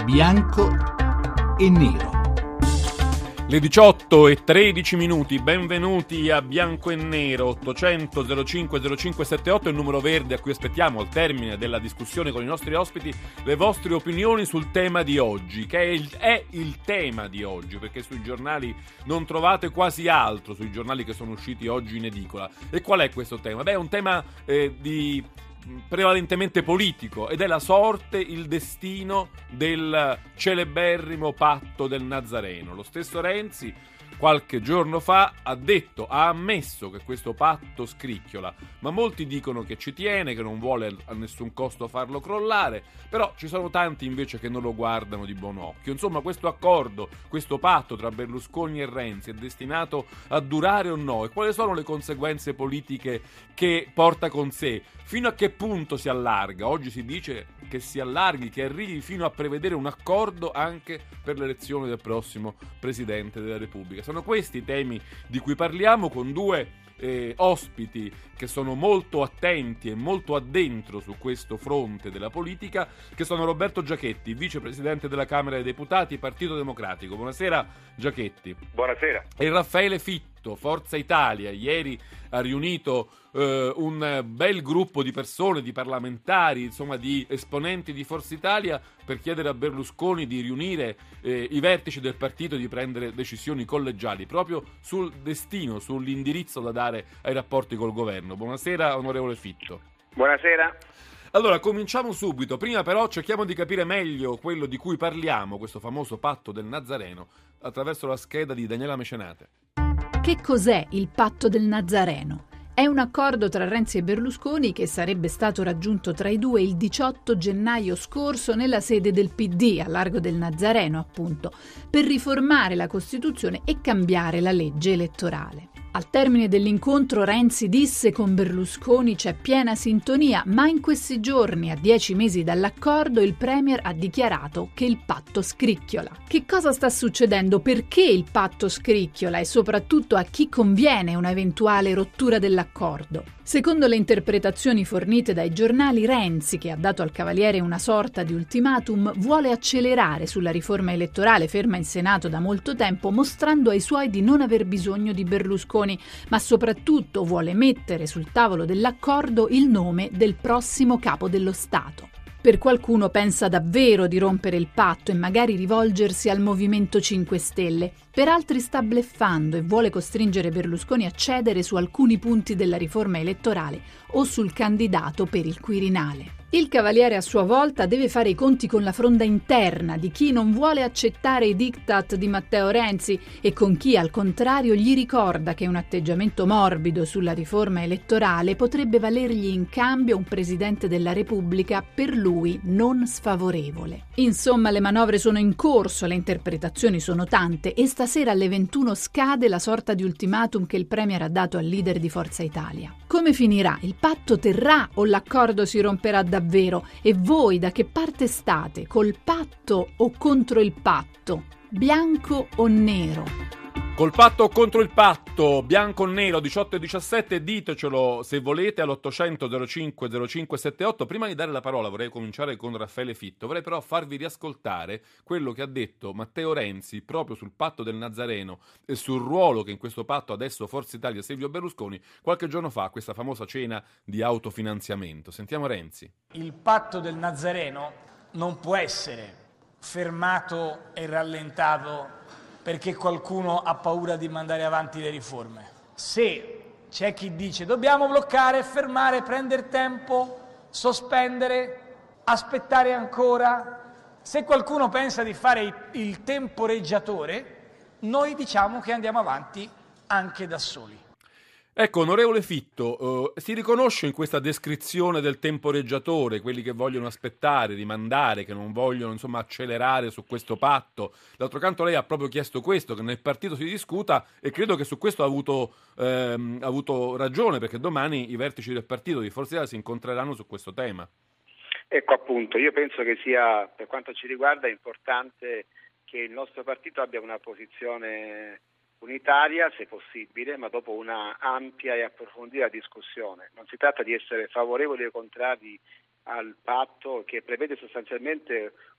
Bianco e nero. Le 18:13, benvenuti a Bianco e Nero. 800 05 0578 è il numero verde a cui aspettiamo al termine della discussione con i nostri ospiti le vostre opinioni sul tema di oggi, che è il tema di oggi, perché sui giornali non trovate quasi altro, sui giornali che sono usciti oggi in edicola. E qual è questo tema? Beh, è un tema prevalentemente politico, ed è la sorte, il destino del celeberrimo patto del Nazareno. Lo stesso Renzi qualche giorno fa ha ammesso che questo patto scricchiola, ma molti dicono che ci tiene, che non vuole a nessun costo farlo crollare, però ci sono tanti invece che non lo guardano di buon occhio. Insomma, questo accordo, questo patto tra Berlusconi e Renzi è destinato a durare o no? E quali sono le conseguenze politiche che porta con sé? Fino a che punto si allarga? Oggi si dice che si allarghi, che arrivi fino a prevedere un accordo anche per l'elezione del prossimo Presidente della Repubblica. Sono questi i temi di cui parliamo con due ospiti che sono molto attenti e molto addentro su questo fronte della politica, che sono Roberto Giachetti, vicepresidente della Camera dei Deputati, Partito Democratico. Buonasera Giachetti. Buonasera. E Raffaele Fitto, Forza Italia. Ieri ha riunito un bel gruppo di persone, di parlamentari, insomma di esponenti di Forza Italia, per chiedere a Berlusconi di riunire i vertici del partito e di prendere decisioni collegiali proprio sul destino, sull'indirizzo da dare ai rapporti col governo. Buonasera onorevole Fitto. Buonasera. Allora, cominciamo subito. Prima però cerchiamo di capire meglio quello di cui parliamo, questo famoso patto del Nazareno, attraverso la scheda di Daniela Mecenate. Che cos'è il patto del Nazareno? È un accordo tra Renzi e Berlusconi che sarebbe stato raggiunto tra i due il 18 gennaio scorso nella sede del PD, a Largo del Nazareno appunto, per riformare la Costituzione e cambiare la legge elettorale. Al termine dell'incontro Renzi disse: con Berlusconi c'è piena sintonia, ma in questi giorni, a 10 mesi dall'accordo, il Premier ha dichiarato che il patto scricchiola. Che cosa sta succedendo? Perché il patto scricchiola e soprattutto a chi conviene una eventuale rottura dell'accordo? Secondo le interpretazioni fornite dai giornali, Renzi, che ha dato al Cavaliere una sorta di ultimatum, vuole accelerare sulla riforma elettorale ferma in Senato da molto tempo, mostrando ai suoi di non aver bisogno di Berlusconi, ma soprattutto vuole mettere sul tavolo dell'accordo il nome del prossimo capo dello Stato. Per qualcuno pensa davvero di rompere il patto e magari rivolgersi al Movimento 5 Stelle, per altri sta bluffando e vuole costringere Berlusconi a cedere su alcuni punti della riforma elettorale o sul candidato per il Quirinale. Il Cavaliere a sua volta deve fare i conti con la fronda interna di chi non vuole accettare i diktat di Matteo Renzi e con chi al contrario gli ricorda che un atteggiamento morbido sulla riforma elettorale potrebbe valergli in cambio un Presidente della Repubblica per lui non sfavorevole. Insomma, le manovre sono in corso, le interpretazioni sono tante e stasera alle 21 scade la sorta di ultimatum che il Premier ha dato al leader di Forza Italia. Come finirà? Il patto terrà o l'accordo si romperà davvero? E voi da che parte state? Col patto o contro il patto? Bianco o nero? Col patto o contro il patto? Bianco o nero? 18 e 17, ditecelo se volete all'800 05 0578. Prima di dare la parola vorrei cominciare con Raffaele Fitto. Vorrei però farvi riascoltare quello che ha detto Matteo Renzi proprio sul patto del Nazareno e sul ruolo che in questo patto adesso Forza Italia e Silvio Berlusconi qualche giorno fa a questa famosa cena di autofinanziamento. Sentiamo Renzi. Il patto del Nazareno non può essere fermato e rallentato perché qualcuno ha paura di mandare avanti le riforme. Se c'è chi dice dobbiamo bloccare, fermare, prendere tempo, sospendere, aspettare ancora, se qualcuno pensa di fare il temporeggiatore, noi diciamo che andiamo avanti anche da soli. Ecco, onorevole Fitto, si riconosce in questa descrizione del temporeggiatore, quelli che vogliono aspettare, rimandare, che non vogliono insomma accelerare su questo patto. D'altro canto lei ha proprio chiesto questo, che nel partito si discuta, e credo che su questo ha avuto ragione, perché domani i vertici del partito di Forza Italia si incontreranno su questo tema. Ecco appunto, io penso che sia, per quanto ci riguarda, importante che il nostro partito abbia una posizione unitaria, se possibile, ma dopo una ampia e approfondita discussione. Non si tratta di essere favorevoli o contrari al patto, che prevede sostanzialmente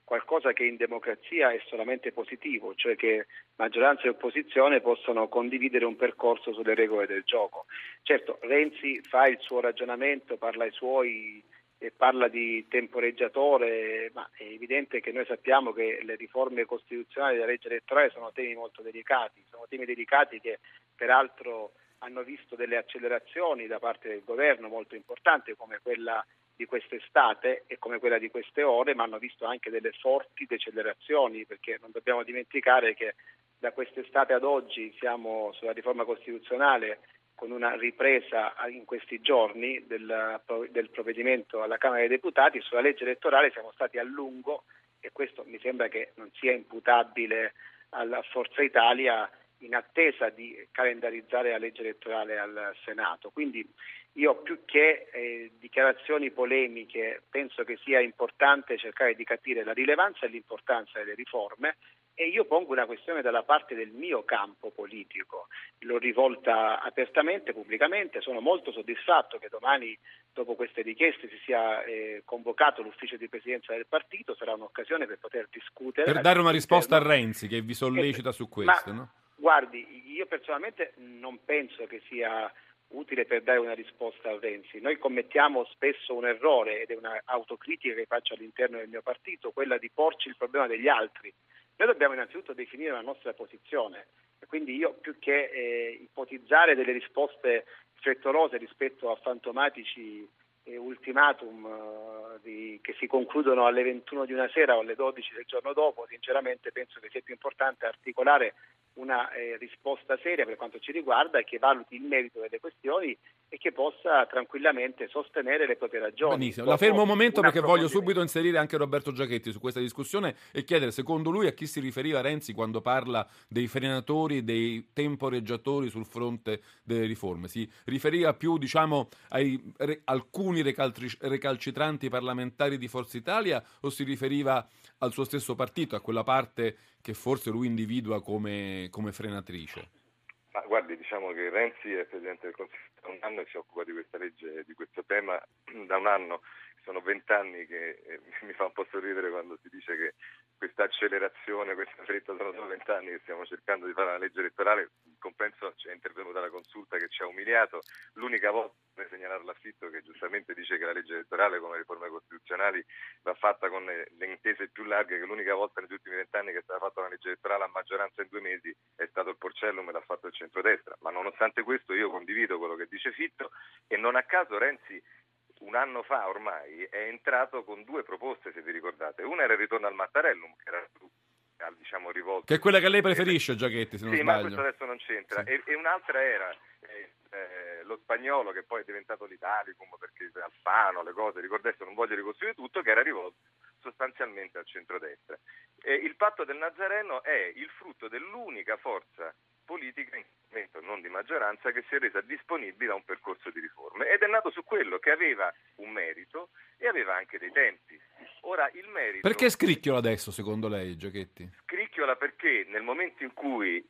qualcosa che in democrazia è solamente positivo, cioè che maggioranza e opposizione possono condividere un percorso sulle regole del gioco. Certo, Renzi fa il suo ragionamento, parla ai suoi e parla di temporeggiatore, ma è evidente che noi sappiamo che le riforme costituzionali della legge elettorale sono temi molto delicati, sono temi delicati che peraltro hanno visto delle accelerazioni da parte del governo molto importanti, come quella di quest'estate e come quella di queste ore, ma hanno visto anche delle forti decelerazioni, perché non dobbiamo dimenticare che da quest'estate ad oggi siamo sulla riforma costituzionale con una ripresa in questi giorni del provvedimento alla Camera dei Deputati. Sulla legge elettorale siamo stati a lungo, e questo mi sembra che non sia imputabile alla Forza Italia, in attesa di calendarizzare la legge elettorale al Senato. Quindi io, più che dichiarazioni polemiche, penso che sia importante cercare di capire la rilevanza e l'importanza delle riforme, e io pongo una questione dalla parte del mio campo politico, l'ho rivolta apertamente, pubblicamente. Sono molto soddisfatto che domani, dopo queste richieste, si sia convocato l'ufficio di presidenza del partito. Sarà un'occasione per poter discutere. Per dare una risposta a Renzi, che vi sollecita su questo, no? Guardi, io personalmente non penso che sia utile per dare una risposta a Renzi. Noi commettiamo spesso un errore, ed è una autocritica che faccio all'interno del mio partito, quella di porci il problema degli altri. Noi dobbiamo innanzitutto definire la nostra posizione, e quindi io, più che ipotizzare delle risposte frettolose rispetto a fantomatici ultimatum che si concludono alle 21 di una sera o alle 12 del giorno dopo, sinceramente penso che sia più importante articolare una risposta seria per quanto ci riguarda, che valuti il merito delle questioni e che possa tranquillamente sostenere le proprie ragioni. Benissimo, la fermo un momento perché voglio subito inserire anche Roberto Giachetti su questa discussione e chiedere, secondo lui, a chi si riferiva Renzi quando parla dei frenatori, dei temporeggiatori sul fronte delle riforme. Si riferiva più, diciamo, ai alcuni recalcitranti parlamentari di Forza Italia, o si riferiva al suo stesso partito, a quella parte che forse lui individua come frenatrice? Ma guardi, diciamo che Renzi è Presidente del Consiglio da un anno e si occupa di questa legge, di questo tema da un anno. Sono 20 anni che mi fa un po' sorridere quando si dice che questa accelerazione, questa fretta, sono solo 20 anni che stiamo cercando di fare una legge elettorale. In compenso c'è intervenuta la consulta che ci ha umiliato. L'unica volta, per segnalare l'affitto, che giustamente dice che la legge elettorale, come le riforme costituzionali, va fatta con le intese più larghe, che l'unica volta negli ultimi 20 anni che è stata fatta una legge elettorale a maggioranza in 2 mesi è stato il Porcellum e l'ha fatto il centrodestra. Ma nonostante questo io condivido quello che dice Fitto, e non a caso Renzi un anno fa ormai è entrato con 2 proposte, se vi ricordate. Una era il ritorno al Mattarellum, che era diciamo rivolto, che è quella che lei preferisce, Giachetti, se non sì, sbaglio. Ma questo adesso non c'entra. Sì. E un'altra era lo spagnolo, che poi è diventato l'Italicum perché Alfano, le cose, adesso non voglio ricostruire tutto, che era rivolto sostanzialmente al centrodestra. Il patto del Nazareno è il frutto dell'unica forza politica, in momento non di maggioranza, che si è resa disponibile a un percorso di riforme, ed è nato su quello che aveva un merito e aveva anche dei tempi. Ora, il merito... Perché scricchiola adesso, secondo lei, Giachetti? Scricchiola perché nel momento in cui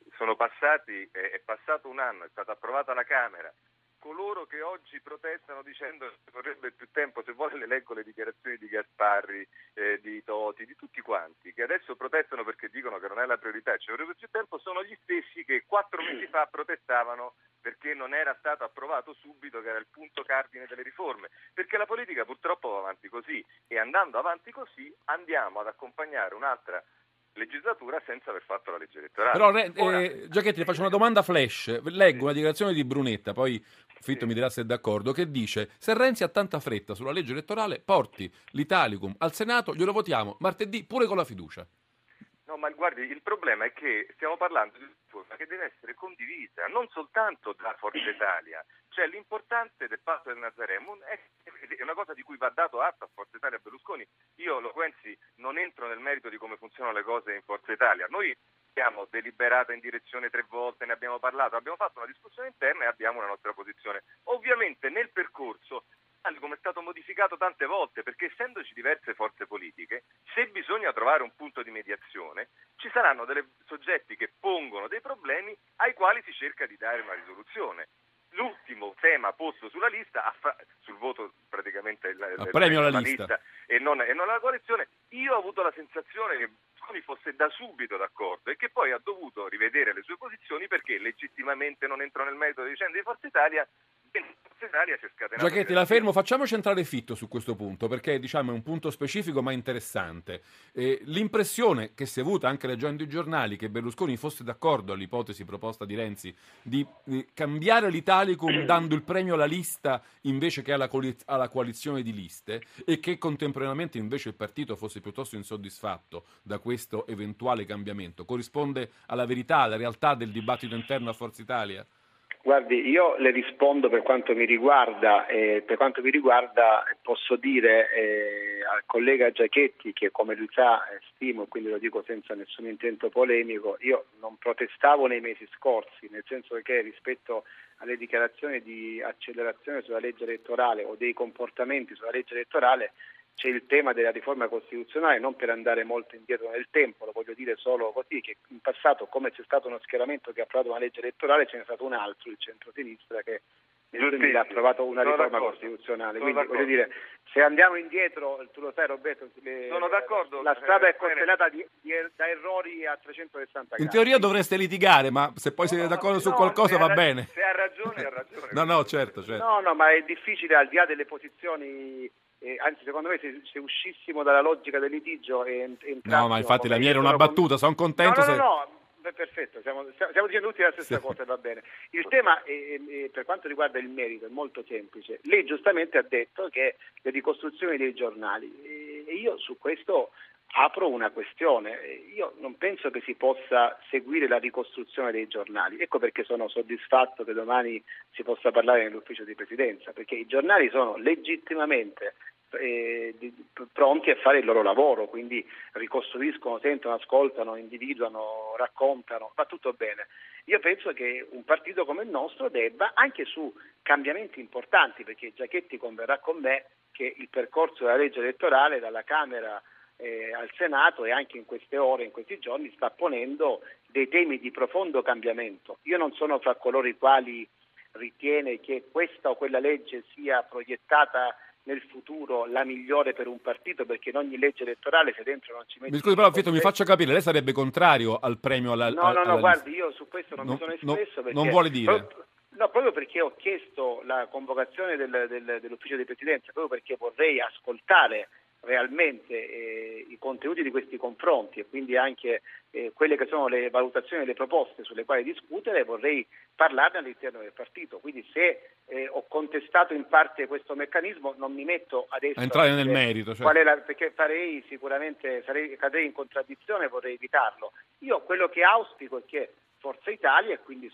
è passato un anno, è stata approvata la Camera, coloro che oggi protestano dicendo che vorrebbe più tempo, se vuole le leggo le dichiarazioni di Gasparri, di Toti, di tutti quanti, che adesso protestano perché dicono che non è la priorità e ci vorrebbe più tempo, sono gli stessi che 4 mesi fa protestavano perché non era stato approvato subito, che era il punto cardine delle riforme, perché la politica purtroppo va avanti così, e andando avanti così andiamo ad accompagnare un'altra legislatura senza aver fatto la legge elettorale. Però Giachetti, le faccio una domanda flash. Leggo una dichiarazione di Brunetta, poi Fitto mi dirà se è d'accordo, che dice: se Renzi ha tanta fretta sulla legge elettorale, porti l'Italicum al Senato, glielo votiamo martedì pure con la fiducia. No, ma guardi, il problema è che stiamo parlando di una riforma che deve essere condivisa, non soltanto da Forza Italia. Cioè, l'importante del patto del Nazareno è una cosa di cui va dato atto a Forza Italia e a Berlusconi. Io, Loquenzi, non entro nel merito di come funzionano le cose in Forza Italia. Noi abbiamo deliberato in direzione 3 volte, ne abbiamo parlato, abbiamo fatto una discussione interna e abbiamo una nostra posizione. Ovviamente nel percorso, come è stato modificato tante volte, perché essendoci diverse forze politiche, se bisogna trovare un punto di mediazione, ci saranno dei soggetti che pongono dei problemi ai quali si cerca di dare una risoluzione. l'ultimo tema posto sulla lista, sul voto praticamente il premio alla lista e non alla coalizione, io ho avuto la sensazione che Berlusconi fosse da subito d'accordo e che poi ha dovuto rivedere le sue posizioni perché legittimamente non entrò nel merito delle vicende di Forza Italia. Si è scatenato. Giachetti, la fermo, facciamoci entrare Fitto su questo punto, perché diciamo è un punto specifico ma interessante. L'impressione che si è avuta anche leggendo i giornali che Berlusconi fosse d'accordo all'ipotesi proposta di Renzi di cambiare l'Italicum dando il premio alla lista invece che alla coalizione di liste, e che contemporaneamente invece il partito fosse piuttosto insoddisfatto da questo eventuale cambiamento, corrisponde alla verità, alla realtà del dibattito interno a Forza Italia? Guardi, io le rispondo per quanto mi riguarda, posso dire al collega Giachetti, che come lui sa stimo, quindi lo dico senza nessun intento polemico, io non protestavo nei mesi scorsi, nel senso che rispetto alle dichiarazioni di accelerazione sulla legge elettorale o dei comportamenti sulla legge elettorale c'è il tema della riforma costituzionale, non per andare molto indietro nel tempo, lo voglio dire solo così, che in passato, come c'è stato uno schieramento che ha approvato una legge elettorale, ce n'è stato un altro, il centro-sinistra, che ha approvato una riforma costituzionale. Quindi voglio dire, se andiamo indietro, tu lo sai Roberto, sono d'accordo, la strada è costellata da errori a 360 gradi. In teoria dovreste litigare, ma se poi siete d'accordo su qualcosa va bene. Se ha ragione, ha ragione. No, certo. No, ma è difficile, al di là delle posizioni. Anzi, secondo me, se uscissimo dalla logica del litigio e no, ma infatti la mia era una battuta, sono contento. No, perfetto, stiamo dicendo tutti la stessa cosa, va bene. Il tema, per quanto riguarda il merito, è molto semplice. Lei giustamente ha detto che le ricostruzioni dei giornali, e io su questo apro una questione. Io non penso che si possa seguire la ricostruzione dei giornali. Ecco perché sono soddisfatto che domani si possa parlare nell'ufficio di presidenza, perché i giornali sono legittimamente pronti a fare il loro lavoro, quindi ricostruiscono, sentono, ascoltano, individuano, raccontano, va tutto bene. Io penso che un partito come il nostro debba, anche su cambiamenti importanti, perché Giachetti converrà con me che il percorso della legge elettorale dalla Camera al Senato e anche in queste ore, in questi giorni, sta ponendo dei temi di profondo cambiamento. Io non sono fra coloro i quali ritiene che questa o quella legge sia proiettata nel futuro la migliore per un partito, perché in ogni legge elettorale se dentro non ci metti... Mi scusi però Fitto, mi faccia capire, lei sarebbe contrario al premio alla No, guardi, io su questo non mi sono espresso perché... Non vuole dire? Proprio perché ho chiesto la convocazione dell'ufficio di presidenza, proprio perché vorrei ascoltare realmente i contenuti di questi confronti e quindi anche quelle che sono le valutazioni e le proposte sulle quali discutere, vorrei parlarne all'interno del partito. Quindi se ho contestato in parte questo meccanismo, non mi metto adesso a entrare nel merito, cioè. Perché cadrei in contraddizione, vorrei evitarlo. Io quello che auspico è che Forza Italia, e quindi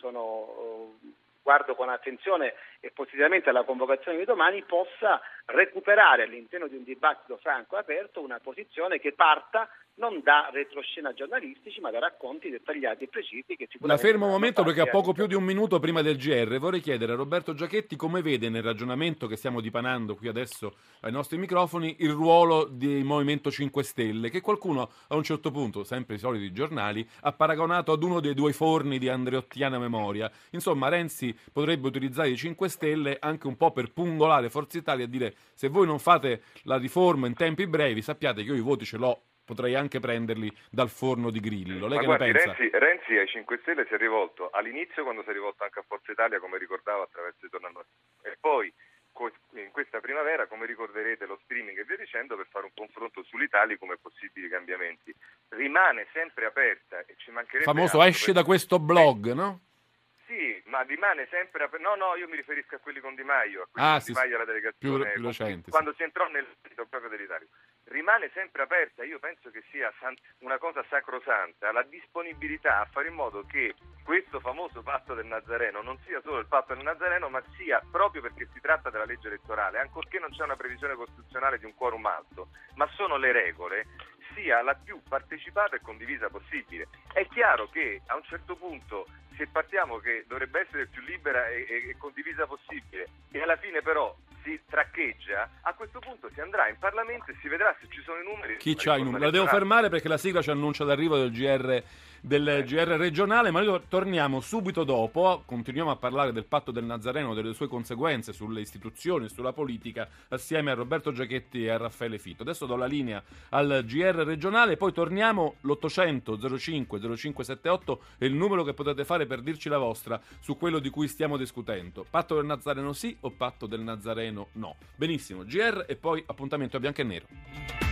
guardo con attenzione e positivamente alla convocazione di domani, possa recuperare all'interno di un dibattito franco e aperto una posizione che parta non da retroscena giornalistici ma da racconti dettagliati e precisi che sicuramente... La fermo un momento perché a poco più di un minuto prima del GR vorrei chiedere a Roberto Giachetti come vede nel ragionamento che stiamo dipanando qui adesso ai nostri microfoni il ruolo del Movimento 5 Stelle, che qualcuno a un certo punto, sempre i soliti giornali, ha paragonato ad uno dei due forni di andreottiana memoria. Insomma, Renzi potrebbe utilizzare i 5 Stelle anche un po' per pungolare Forza Italia e dire: se voi non fate la riforma in tempi brevi, sappiate che io i voti ce l'ho, potrei anche prenderli dal forno di Grillo. Lei che ne pensa? Renzi ai 5 Stelle si è rivolto all'inizio, quando si è rivolto anche a Forza Italia, come ricordava, attraverso i tornanno, e poi in questa primavera, come ricorderete, lo streaming e via dicendo, per fare un confronto sull'Italia come possibili cambiamenti. Rimane sempre aperta e ci mancherebbe... Famoso esce da questo blog, no? Sì, ma rimane sempre aperta. No, io mi riferisco a quelli con Di Maio, a quelli con Di Maio alla delegazione, più recenti, quando si entrò nel sito proprio dell'Italia. Rimane sempre aperta, io penso che sia una cosa sacrosanta, la disponibilità a fare in modo che questo famoso patto del Nazareno non sia solo il patto del Nazareno, ma sia, proprio perché si tratta della legge elettorale, ancorché non c'è una previsione costituzionale di un quorum alto, ma sono le regole, sia la più partecipata e condivisa possibile. È chiaro che a un certo punto, se partiamo che dovrebbe essere il più libera e condivisa possibile, e alla fine però si traccheggia, a questo punto si andrà in Parlamento e si vedrà se ci sono i numeri. Chi c'ha i numeri? La devo fermare perché la sigla ci annuncia l'arrivo del GR regionale, ma noi torniamo subito dopo, continuiamo a parlare del patto del Nazareno, delle sue conseguenze sulle istituzioni e sulla politica, assieme a Roberto Giachetti e a Raffaele Fitto. Adesso do la linea al GR regionale, poi torniamo. L'800 05 0578 è il numero che potete fare per dirci la vostra su quello di cui stiamo discutendo. Patto del Nazareno sì o patto del Nazareno no? Benissimo, GR e poi appuntamento a bianco e nero.